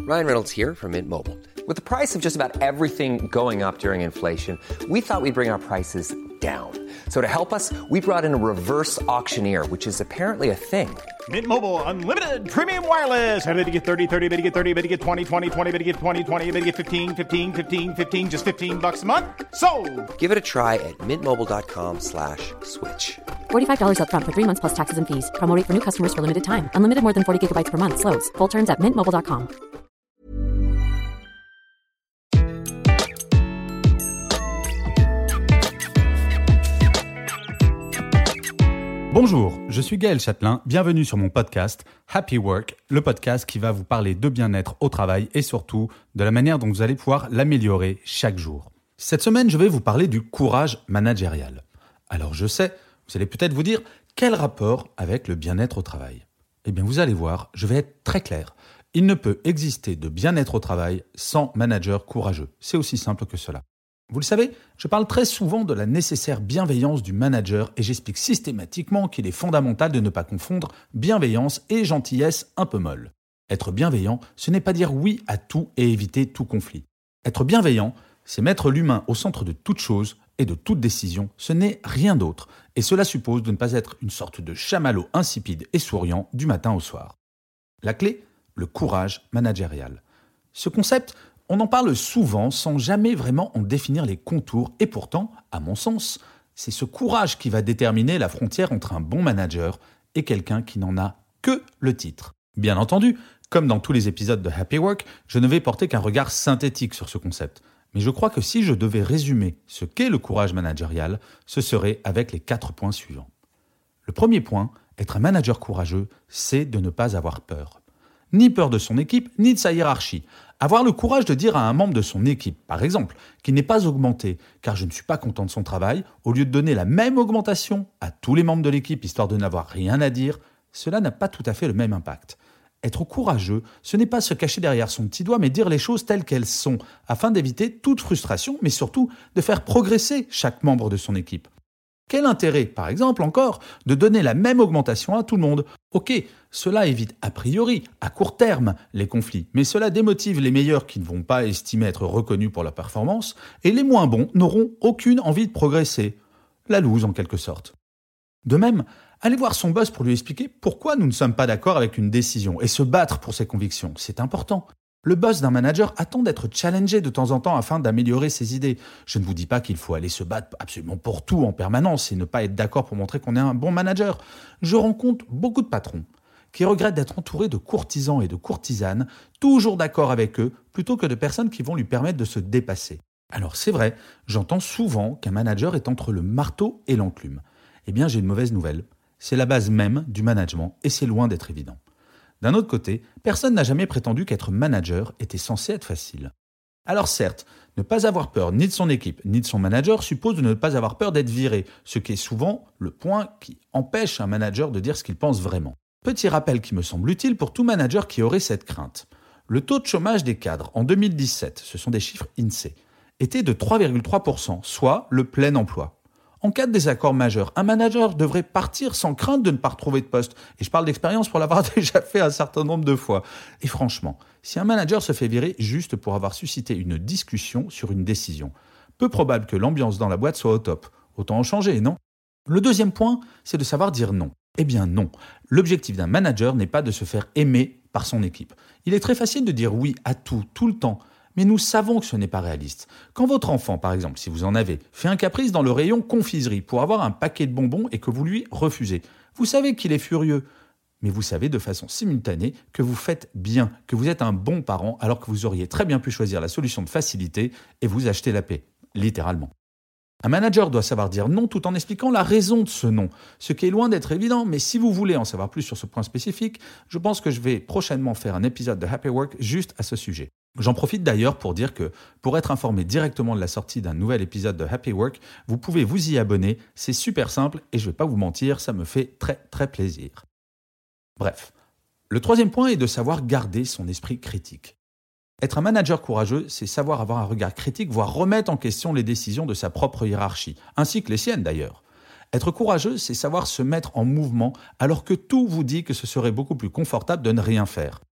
Ryan Reynolds here from Mint Mobile. With the price of just about everything going up during inflation, we thought we'd bring our prices down. So to help us, we brought in a reverse auctioneer, which is apparently a thing. Mint Mobile Unlimited Premium Wireless. How to get 30, 30, bit to get 30, bit to get 20, 20, 20, bit to get 20, 20, bit to get 15, 15, 15, 15, just $15 a month? Sold! Give it a try at mintmobile.com/switch. $45 up front for 3 months plus taxes and fees. Promo rate for new customers for limited time. Unlimited more than 40 gigabytes per month. Slows full terms at mintmobile.com. Bonjour, je suis Gaël Châtelain, bienvenue sur mon podcast Happy Work, le podcast qui va vous parler de bien-être au travail et surtout de la manière dont vous allez pouvoir l'améliorer chaque jour. Cette semaine, je vais vous parler du courage managérial. Alors je sais, vous allez peut-être vous dire, quel rapport avec le bien-être au travail ? Eh bien vous allez voir, je vais être très clair. Il ne peut exister de bien-être au travail sans manager courageux. C'est aussi simple que cela. Vous le savez, je parle très souvent de la nécessaire bienveillance du manager et j'explique systématiquement qu'il est fondamental de ne pas confondre bienveillance et gentillesse un peu molle. Être bienveillant, ce n'est pas dire oui à tout et éviter tout conflit. Être bienveillant, c'est mettre l'humain au centre de toute chose et de toute décision. Ce n'est rien d'autre et cela suppose de ne pas être une sorte de chamallow insipide et souriant du matin au soir. La clé, le courage managérial. Ce concept, on en parle souvent sans jamais vraiment en définir les contours et pourtant, à mon sens, c'est ce courage qui va déterminer la frontière entre un bon manager et quelqu'un qui n'en a que le titre. Bien entendu, comme dans tous les épisodes de Happy Work, je ne vais porter qu'un regard synthétique sur ce concept. Mais je crois que si je devais résumer ce qu'est le courage managérial, ce serait avec les 4 points suivants. Le premier point, être un manager courageux, c'est de ne pas avoir peur. Ni peur de son équipe, ni de sa hiérarchie. Avoir le courage de dire à un membre de son équipe, par exemple, qu'il n'est pas augmenté car je ne suis pas content de son travail, au lieu de donner la même augmentation à tous les membres de l'équipe histoire de n'avoir rien à dire, cela n'a pas tout à fait le même impact. Être courageux, ce n'est pas se cacher derrière son petit doigt, mais dire les choses telles qu'elles sont, afin d'éviter toute frustration, mais surtout de faire progresser chaque membre de son équipe. Quel intérêt, par exemple encore, de donner la même augmentation à tout le monde ? Ok, cela évite a priori, à court terme, les conflits, mais cela démotive les meilleurs qui ne vont pas estimer être reconnus pour leur performance, et les moins bons n'auront aucune envie de progresser. La loose en quelque sorte. De même, aller voir son boss pour lui expliquer pourquoi nous ne sommes pas d'accord avec une décision et se battre pour ses convictions, c'est important. Le boss d'un manager attend d'être challengé de temps en temps afin d'améliorer ses idées. Je ne vous dis pas qu'il faut aller se battre absolument pour tout en permanence et ne pas être d'accord pour montrer qu'on est un bon manager. Je rencontre beaucoup de patrons qui regrettent d'être entourés de courtisans et de courtisanes, toujours d'accord avec eux, plutôt que de personnes qui vont lui permettre de se dépasser. Alors c'est vrai, j'entends souvent qu'un manager est entre le marteau et l'enclume. Eh bien j'ai une mauvaise nouvelle. C'est la base même du management et c'est loin d'être évident. D'un autre côté, personne n'a jamais prétendu qu'être manager était censé être facile. Alors certes, ne pas avoir peur ni de son équipe ni de son manager suppose de ne pas avoir peur d'être viré, ce qui est souvent le point qui empêche un manager de dire ce qu'il pense vraiment. Petit rappel qui me semble utile pour tout manager qui aurait cette crainte. Le taux de chômage des cadres en 2017, ce sont des chiffres INSEE, était de 3,3%, soit le plein emploi. En cas de désaccord majeur, un manager devrait partir sans crainte de ne pas retrouver de poste. Et je parle d'expérience pour l'avoir déjà fait un certain nombre de fois. Et franchement, si un manager se fait virer juste pour avoir suscité une discussion sur une décision, peu probable que l'ambiance dans la boîte soit au top. Autant en changer, non ? Le deuxième point, c'est de savoir dire non. Eh bien non. L'objectif d'un manager n'est pas de se faire aimer par son équipe. Il est très facile de dire oui à tout, tout le temps. Mais nous savons que ce n'est pas réaliste. Quand votre enfant, par exemple, si vous en avez, fait un caprice dans le rayon confiserie pour avoir un paquet de bonbons et que vous lui refusez, vous savez qu'il est furieux. Mais vous savez de façon simultanée que vous faites bien, que vous êtes un bon parent alors que vous auriez très bien pu choisir la solution de facilité et vous acheter la paix, littéralement. Un manager doit savoir dire non tout en expliquant la raison de ce non, ce qui est loin d'être évident, mais si vous voulez en savoir plus sur ce point spécifique, je pense que je vais prochainement faire un épisode de Happy Work juste à ce sujet. J'en profite d'ailleurs pour dire que pour être informé directement de la sortie d'un nouvel épisode de Happy Work, vous pouvez vous y abonner, c'est super simple et je ne vais pas vous mentir, ça me fait très très plaisir. Bref, le troisième point est de savoir garder son esprit critique. Être un manager courageux, c'est savoir avoir un regard critique, voire remettre en question les décisions de sa propre hiérarchie, ainsi que les siennes d'ailleurs. Être courageux, c'est savoir se mettre en mouvement alors que tout vous dit que ce serait beaucoup plus confortable de ne rien faire.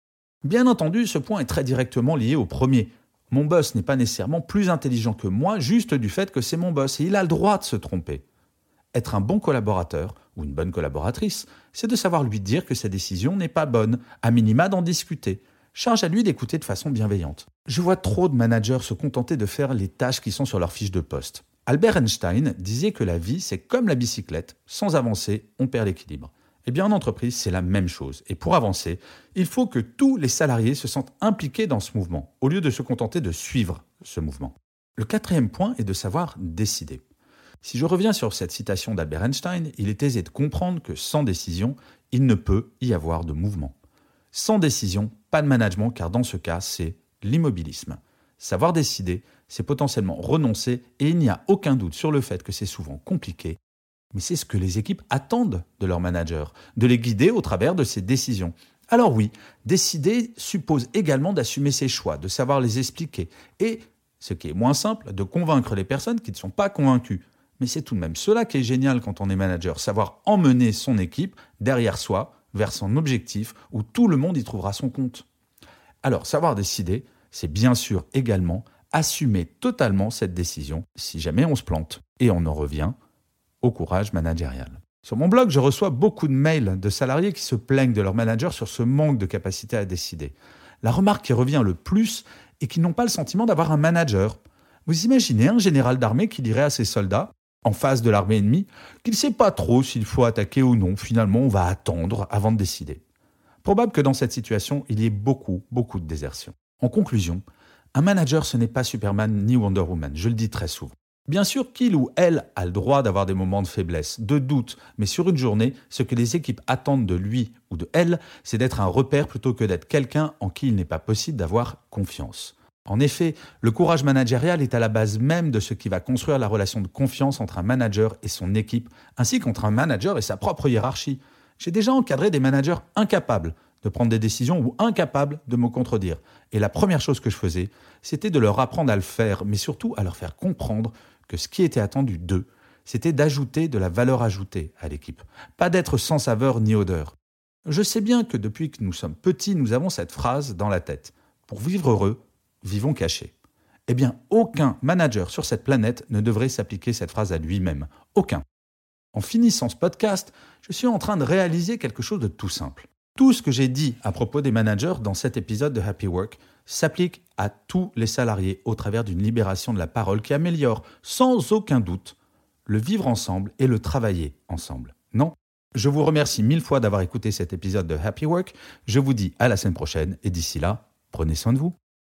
Bien entendu, ce point est très directement lié au premier. Mon boss n'est pas nécessairement plus intelligent que moi, juste du fait que c'est mon boss, et il a le droit de se tromper. Être un bon collaborateur ou une bonne collaboratrice, c'est de savoir lui dire que sa décision n'est pas bonne, à minima d'en discuter. Charge à lui d'écouter de façon bienveillante. Je vois trop de managers se contenter de faire les tâches qui sont sur leur fiche de poste. Albert Einstein disait que la vie, c'est comme la bicyclette. Sans avancer, on perd l'équilibre. Eh bien, en entreprise, c'est la même chose. Et pour avancer, il faut que tous les salariés se sentent impliqués dans ce mouvement, au lieu de se contenter de suivre ce mouvement. Le quatrième point est de savoir décider. Si je reviens sur cette citation d'Albert Einstein, il est aisé de comprendre que sans décision, il ne peut y avoir de mouvement. Sans décision, pas de management, car dans ce cas, c'est l'immobilisme. Savoir décider, c'est potentiellement renoncer, et il n'y a aucun doute sur le fait que c'est souvent compliqué, mais c'est ce que les équipes attendent de leurs managers, de les guider au travers de ces décisions. Alors oui, décider suppose également d'assumer ses choix, de savoir les expliquer, et, ce qui est moins simple, de convaincre les personnes qui ne sont pas convaincues. Mais c'est tout de même cela qui est génial quand on est manager, savoir emmener son équipe derrière soi, vers son objectif, où tout le monde y trouvera son compte. Alors, savoir décider, c'est bien sûr également assumer totalement cette décision si jamais on se plante. Et on en revient au courage managérial. Sur mon blog, je reçois beaucoup de mails de salariés qui se plaignent de leur manager sur ce manque de capacité à décider. La remarque qui revient le plus est qu'ils n'ont pas le sentiment d'avoir un manager. Vous imaginez un général d'armée qui dirait à ses soldats, en face de l'armée ennemie, qu'il ne sait pas trop s'il faut attaquer ou non. Finalement, on va attendre avant de décider. Probable que dans cette situation, il y ait beaucoup de désertion. En conclusion, un manager, ce n'est pas Superman ni Wonder Woman, je le dis très souvent. Bien sûr qu'il ou elle a le droit d'avoir des moments de faiblesse, de doute, mais sur une journée, ce que les équipes attendent de lui ou de elle, c'est d'être un repère plutôt que d'être quelqu'un en qui il n'est pas possible d'avoir confiance. En effet, le courage managérial est à la base même de ce qui va construire la relation de confiance entre un manager et son équipe, ainsi qu'entre un manager et sa propre hiérarchie. J'ai déjà encadré des managers incapables de prendre des décisions ou incapables de me contredire. Et la première chose que je faisais, c'était de leur apprendre à le faire, mais surtout à leur faire comprendre que ce qui était attendu d'eux, c'était d'ajouter de la valeur ajoutée à l'équipe, pas d'être sans saveur ni odeur. Je sais bien que depuis que nous sommes petits, nous avons cette phrase dans la tête. Pour vivre heureux, vivons cachés. Eh bien, aucun manager sur cette planète ne devrait s'appliquer cette phrase à lui-même. Aucun. En finissant ce podcast, je suis en train de réaliser quelque chose de tout simple. Tout ce que j'ai dit à propos des managers dans cet épisode de Happy Work s'applique à tous les salariés au travers d'une libération de la parole qui améliore, sans aucun doute, le vivre ensemble et le travailler ensemble. Non ? Je vous remercie 1000 fois d'avoir écouté cet épisode de Happy Work. Je vous dis à la semaine prochaine et d'ici là, prenez soin de vous.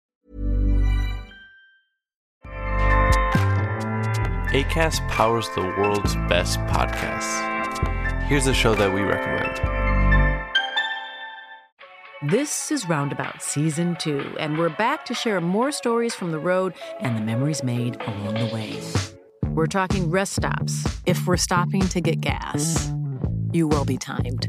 Acast powers the world's best podcasts. Here's a show that we recommend. This is Roundabout Season 2, and we're back to share more stories from the road and the memories made along the way. We're talking rest stops, if we're stopping to get gas. You will be timed.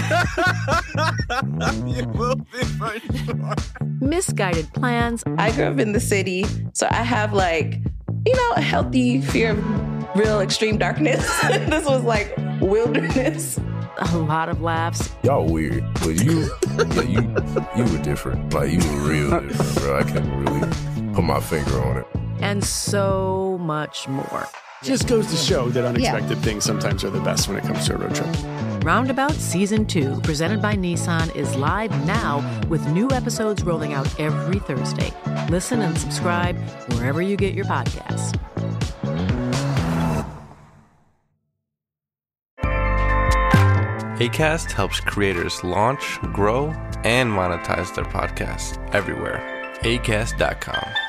You will be for sure. Misguided plans. I grew up in the city, so I have a healthy fear of real extreme darkness. This was like wilderness. A lot of laughs. Y'all weird, but you were different. Like, you were real different, bro. I can't really put my finger on it. And so much more. Just goes to show that unexpected things sometimes are the best when it comes to a road trip. Roundabout Season 2, presented by Nissan, is live now with new episodes rolling out every Thursday. Listen and subscribe wherever you get your podcasts. Acast helps creators launch, grow, and monetize their podcasts everywhere. Acast.com.